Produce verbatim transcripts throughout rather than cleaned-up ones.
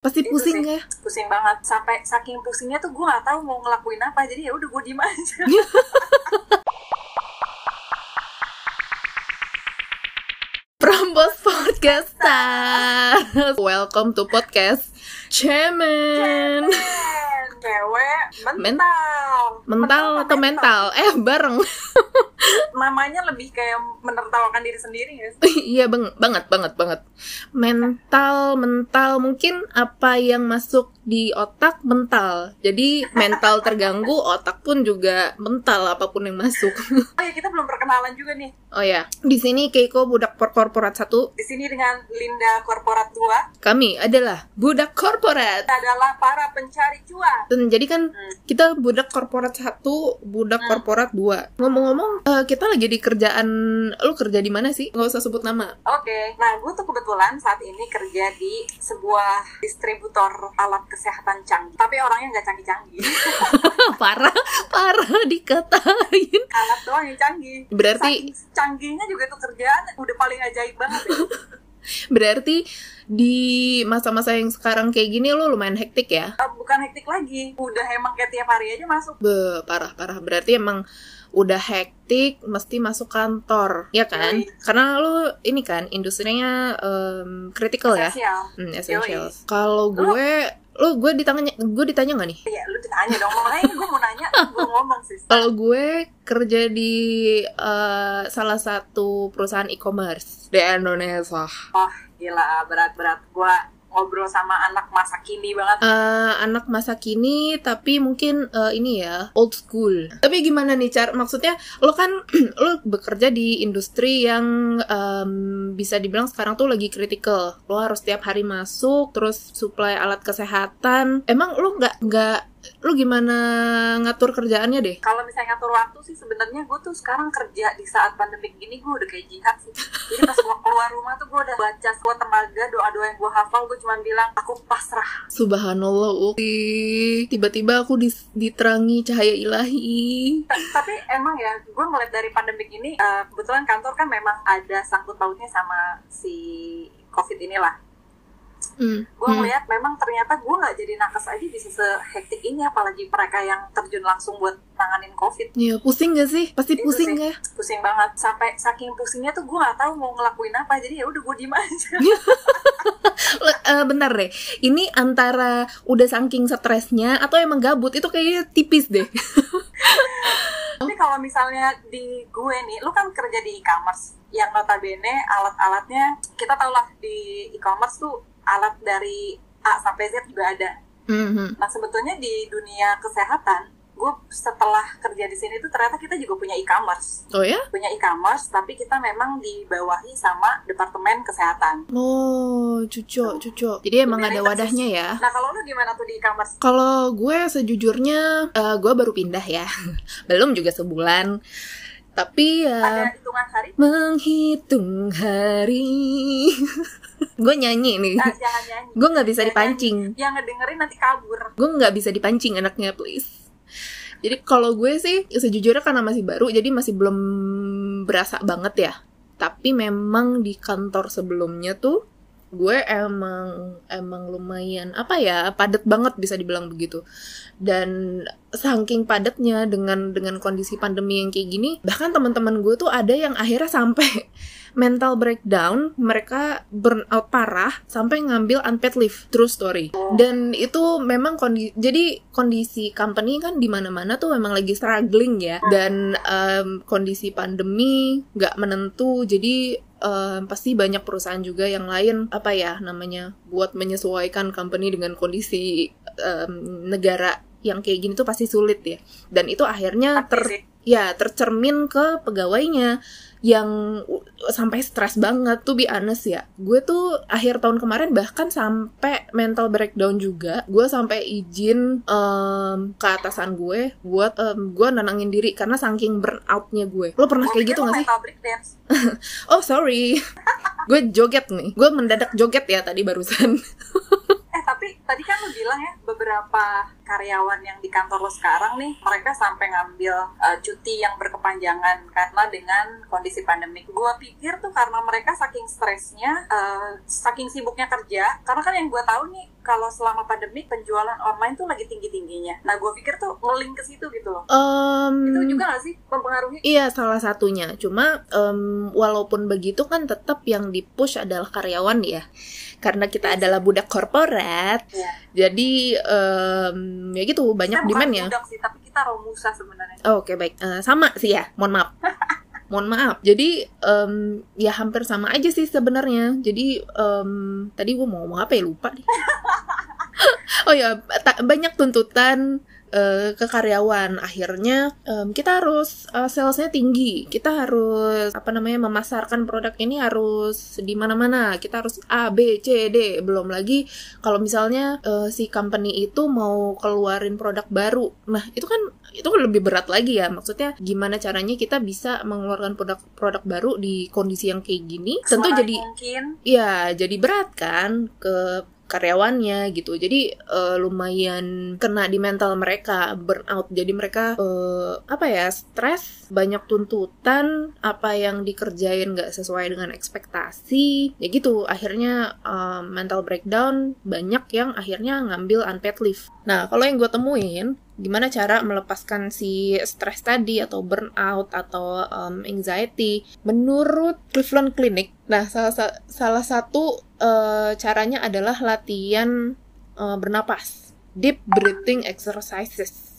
Pasti Itu pusing sih, ya? pusing banget. Sampai saking pusingnya tuh gue nggak tahu mau ngelakuin apa. Jadi ya udah gue diem aja. Prambos Podcastar. Welcome to podcast Cemen. Cewek Men- mental. Mental atau mental? Eh bareng. Namanya lebih kayak menertawakan diri sendiri ya sih? Iya bang, banget banget banget. Mental, mental mungkin apa yang masuk di otak mental. Jadi mental terganggu, otak pun juga mental apapun yang masuk. Oh ya, kita belum perkenalan juga nih. Oh ya, di sini Keiko budak korporat satu. Di sini dengan Linda Korporat dua. Kami adalah budak korporat. Kita adalah para pencari cuan. Dan jadi kan Hmm. kita budak korporat satu, budak Hmm. korporat dua. Ngomong-ngomong, eh, kita lagi di kerjaan, lu kerja di mana sih? Nggak usah sebut nama. Oke, nah gue tuh kebetulan saat ini kerja di sebuah distributor alat kesehatan canggih. Tapi orangnya nggak canggih-canggih. parah, parah dikatain. Alat doang yang canggih. Berarti- Saking canggihnya juga tuh kerjaan udah paling ajaib banget ya. Berarti di masa-masa yang sekarang kayak gini lu lumayan hektik ya? Eh, bukan hektik lagi, udah emang kayak tiap hari aja masuk. Be, parah, parah. Berarti emang udah hektik, mesti masuk kantor, ya kan? Yoi. Karena lu ini kan industrinya em, critical ya? Esensial. Hmm, essential. Yoi. Kalau gue, lu gue ditanya, gue ditanya nggak nih? Iya, lu ditanya dong, makanya gue mau nanya, gue ngomong sih. Kalau gue kerja di eh, salah satu perusahaan e-commerce di Indonesia. Oh, gila, berat-berat. Gue ngobrol sama anak masa kini banget. Eh, anak masa kini, tapi mungkin eh, ini ya old school. Tapi gimana nih, Car? Maksudnya, lo kan lo bekerja di industri yang em, bisa dibilang sekarang tuh lagi critical. Lo harus tiap hari masuk, terus supply alat kesehatan. Emang lo nggak nggak lo gimana ngatur kerjaannya deh? Kalau misalnya ngatur waktu sih sebenarnya gue tuh sekarang kerja di saat pandemik gini gue udah kayak jihad sih. Jadi pas gue keluar rumah tuh gue udah baca sekuat tenaga doa-doa yang gue hafal, gue cuma bilang aku pasrah. Subhanallah, Ukti. Tiba-tiba aku dis- diterangi cahaya ilahi. T- Tapi emang ya gue ngeliat dari pandemik ini, eh, kebetulan kantor kan memang ada sangkut pautnya sama si COVID inilah. Hmm. Gue hmm. ngeliat memang ternyata gue nggak jadi nakes aja bisa sehektik ini, apalagi mereka yang terjun langsung buat nanganin COVID. Iya, pusing gak sih? Pasti Itu pusing sih, ya? pusing banget. Sampai saking pusingnya tuh gue nggak tahu mau ngelakuin apa, jadi ya udah gue diem aja. Le- eh, bentar deh, ini antara udah saking stresnya atau emang gabut, itu kayaknya tipis deh. Tapi kalau misalnya di gue nih, lu kan kerja di e-commerce yang notabene alat-alatnya kita tau lah, di e-commerce tuh alat dari A sampai Z juga ada. Mhm. Nah sebetulnya di dunia kesehatan, gue setelah kerja di sini tuh ternyata kita juga punya e-commerce. Oh ya? Punya e-commerce, tapi kita memang dibawahi sama departemen kesehatan. Oh, cucok, cucok. Jadi emang ada wadahnya ya? Nah kalau lu gimana tuh di e-commerce? Kalau gue sejujurnya, eh, gue baru pindah ya. Belum juga sebulan. Tapi ya, Ada hitungan hari? menghitung hari. Gue nyanyi nih. Ah, jangan nyanyi. Gue nggak bisa Jangan dipancing. nyanyi. Yang ngedengerin nanti kabur. Gue nggak bisa dipancing anaknya, please. Jadi kalau gue sih sejujurnya karena masih baru, jadi masih belum berasa banget ya. Tapi memang di kantor sebelumnya tuh gue emang emang lumayan apa ya, padat banget bisa dibilang begitu. Dan saking padatnya dengan dengan kondisi pandemi yang kayak gini, bahkan teman-teman gue tuh ada yang akhirnya sampai mental breakdown, mereka burnout parah sampai ngambil unpaid leave, true story. Dan itu memang kondisi, jadi kondisi company kan di mana-mana tuh memang lagi struggling ya, dan em, kondisi pandemi nggak menentu, jadi em, pasti banyak perusahaan juga yang lain apa ya namanya buat menyesuaikan company dengan kondisi em, negara yang kayak gini tuh pasti sulit ya, dan itu akhirnya ter Pasti sih. ya tercermin ke pegawainya yang uh, sampai stres banget. Tuh be honest ya, gue tuh akhir tahun kemarin bahkan sampai mental breakdown juga. Gue sampai izin em, ke atasan gue buat em, gue nenangin diri karena saking burnoutnya gue. Lo pernah Gua kayak pikir gitu lu gak sih? mental breakdance. Oh sorry, gue joget nih, gue mendadak joget ya tadi barusan. Eh tapi tadi kan lu bilang ya beberapa karyawan yang di kantor lo sekarang nih mereka sampai ngambil uh, cuti yang berkepanjangan karena dengan kondisi pandemik. Gua pikir tuh karena mereka saking stresnya, uh, saking sibuknya kerja. Karena kan yang gue tahu nih kalau selama pandemi penjualan online tuh lagi tinggi-tingginya. Nah, gue pikir tuh ngeling ke situ gitu loh. Um, itu juga gak sih mempengaruhi? Iya, salah satunya. Cuma um, walaupun begitu kan tetap yang di-push adalah karyawan ya. Karena kita yes. adalah budak korporat. Yeah. Jadi um, ya gitu, banyak demand ya. Kita bukan budak sih, tapi kita romusa sebenarnya. Oh, oke, okay, baik. Uh, sama sih ya, mohon maaf. Mohon maaf. Jadi um, ya hampir sama aja sih sebenarnya. Jadi um, tadi gue mau ngomong apa ya, lupa nih. Oh ya, ta- banyak tuntutan uh, ke karyawan. Akhirnya um, kita harus uh, salesnya tinggi. Kita harus apa namanya memasarkan produk ini harus di mana-mana. Kita harus A, B, C, D. Belum lagi kalau misalnya uh, si company itu mau keluarin produk baru. Nah, itu kan itu kan lebih berat lagi ya. Maksudnya gimana caranya kita bisa mengeluarkan produk-produk baru di kondisi yang kayak gini. Tentu jadi mungkin. Ya, jadi berat kan ke karyawannya gitu. Jadi uh, lumayan kena di mental mereka, burnout. Jadi mereka uh, apa ya, stres, banyak tuntutan, apa yang dikerjain nggak sesuai dengan ekspektasi. Ya gitu, akhirnya uh, mental breakdown, banyak yang akhirnya ngambil unpaid leave. Nah, kalau yang gue temuin, gimana cara melepaskan si stres tadi atau burnout atau um, anxiety menurut Cleveland Clinic. Nah, salah, salah satu uh, caranya adalah latihan uh, bernapas, deep breathing exercises.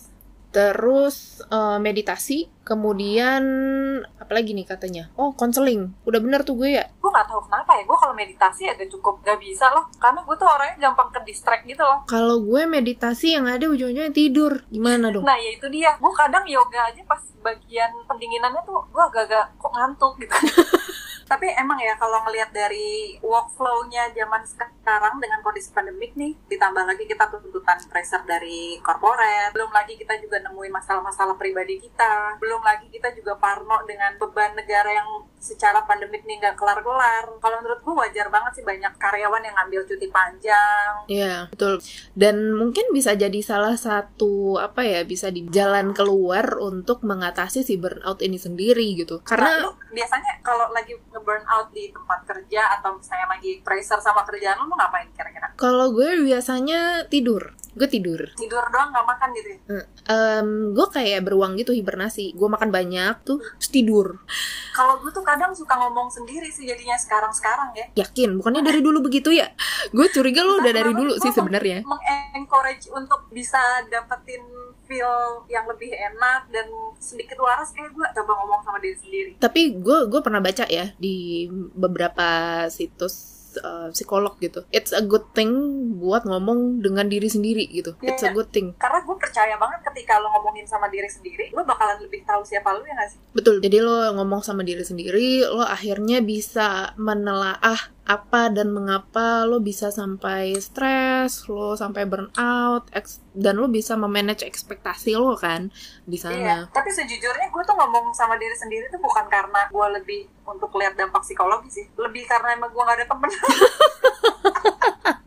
Terus uh, meditasi, kemudian apa lagi nih katanya? Oh, konseling. Udah bener tuh gue ya? Gue gak tahu kenapa ya, gue kalau meditasi agak cukup gak bisa loh. Karena gue tuh orangnya gampang ke distract gitu loh. Kalau gue meditasi yang ada ujung-ujungnya tidur. Gimana dong? Nah, ya itu dia. Gue kadang yoga aja pas bagian pendinginannya tuh gue agak-agak kok ngantuk gitu. Tapi emang ya kalau ngelihat dari workflow-nya zaman sekarang dengan kondisi pandemik nih, ditambah lagi kita tuntutan pressure dari corporate, belum lagi kita juga nemuin masalah-masalah pribadi kita, belum lagi kita juga parno dengan beban negara yang secara pandemik nih nggak kelar-kelar. Kalau menurut gue wajar banget sih banyak karyawan yang ngambil cuti panjang. Iya, betul. Dan mungkin bisa jadi salah satu apa ya, bisa di jalan keluar untuk mengatasi si burnout ini sendiri gitu. Karena nah, lu biasanya kalau lagi burnout di tempat kerja atau misalnya lagi pressure sama kerjaan lu, lu ngapain kira-kira? Kalau gue biasanya tidur. Gue tidur. Tidur doang, gak makan gitu ya? Hmm. Um, gue kayak beruang gitu, hibernasi. Gue makan banyak tuh, terus tidur. Kalau gue tuh kadang suka ngomong sendiri sih jadinya sekarang-sekarang ya. Yakin? Bukannya dari dulu begitu ya? Gue curiga lu udah dari dulu sih sebenarnya. Meng-encourage untuk bisa dapetin feel yang lebih enak dan sedikit waras, kayak gue coba ngomong sama diri sendiri. Tapi gue gue pernah baca ya di beberapa situs Uh, psikolog gitu. It's a good thing buat ngomong dengan diri sendiri gitu. Yeah, It's a good thing. Karena gue percaya banget ketika lo ngomongin sama diri sendiri, lo bakalan lebih tahu siapa lo, ya gak sih? Betul. Jadi lo ngomong sama diri sendiri, lo akhirnya bisa menelaah apa dan mengapa lo bisa sampai stres, lo sampai burnout, ex- dan lo bisa memanage ekspektasi lo kan di sana. Iya, tapi sejujurnya gue tuh ngomong sama diri sendiri tuh bukan karena gue lebih untuk lihat dampak psikologi sih, lebih karena emang gue gak ada temen.